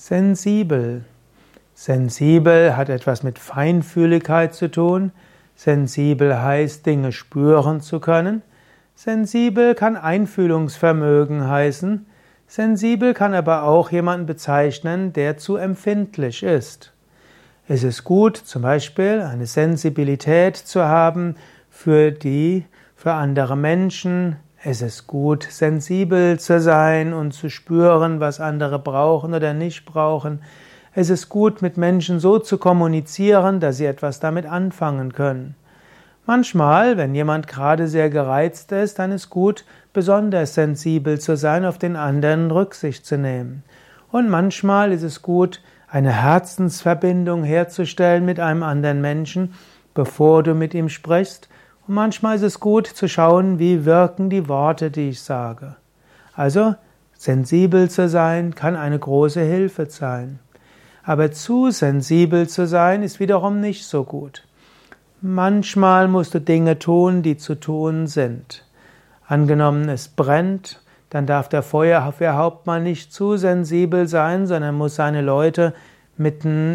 Sensibel. Sensibel hat etwas mit Feinfühligkeit zu tun. Sensibel heißt, Dinge spüren zu können. Sensibel kann Einfühlungsvermögen heißen. Sensibel kann aber auch jemanden bezeichnen, der zu empfindlich ist. Es ist gut, zum Beispiel eine Sensibilität zu haben für andere Menschen. Es ist gut, sensibel zu sein und zu spüren, was andere brauchen oder nicht brauchen. Es ist gut, mit Menschen so zu kommunizieren, dass sie etwas damit anfangen können. Manchmal, wenn jemand gerade sehr gereizt ist, dann ist gut, besonders sensibel zu sein, auf den anderen Rücksicht zu nehmen. Und manchmal ist es gut, eine Herzensverbindung herzustellen mit einem anderen Menschen, bevor du mit ihm sprichst. Und manchmal ist es gut zu schauen, wie wirken die Worte, die ich sage. Also, sensibel zu sein kann eine große Hilfe sein. Aber zu sensibel zu sein ist wiederum nicht so gut. Manchmal musst du Dinge tun, die zu tun sind. Angenommen, es brennt, dann darf der Feuerwehrhauptmann nicht zu sensibel sein, sondern muss seine Leute mitten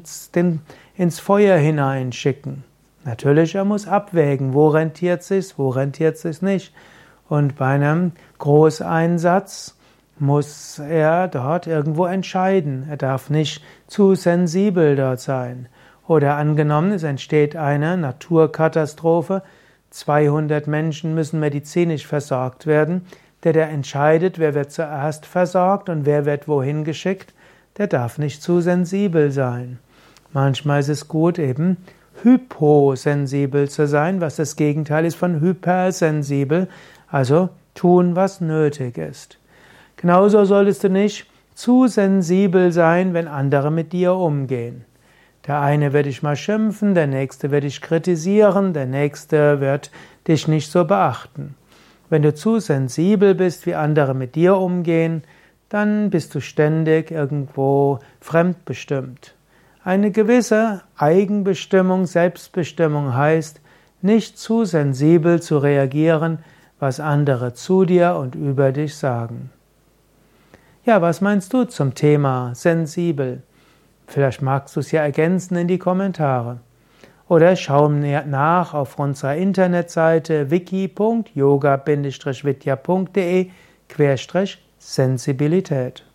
ins Feuer hineinschicken. Natürlich, er muss abwägen, wo rentiert sich's nicht. Und bei einem Großeinsatz muss er dort irgendwo entscheiden. Er darf nicht zu sensibel dort sein. Oder angenommen, es entsteht eine Naturkatastrophe, 200 Menschen müssen medizinisch versorgt werden. Der entscheidet, wer wird zuerst versorgt und wer wird wohin geschickt, der darf nicht zu sensibel sein. Manchmal ist es gut, eben hyposensibel zu sein, was das Gegenteil ist von hypersensibel, also tun, was nötig ist. Genauso solltest du nicht zu sensibel sein, wenn andere mit dir umgehen. Der eine wird dich mal schimpfen, der nächste wird dich kritisieren, der nächste wird dich nicht so beachten. Wenn du zu sensibel bist, wie andere mit dir umgehen, dann bist du ständig irgendwo fremdbestimmt. Eine gewisse Eigenbestimmung, Selbstbestimmung heißt, nicht zu sensibel zu reagieren, was andere zu dir und über dich sagen. Ja, was meinst du zum Thema sensibel? Vielleicht magst du es ja ergänzen in die Kommentare. Oder schau nach auf unserer Internetseite wiki.yoga-vidya.de/Sensibilität.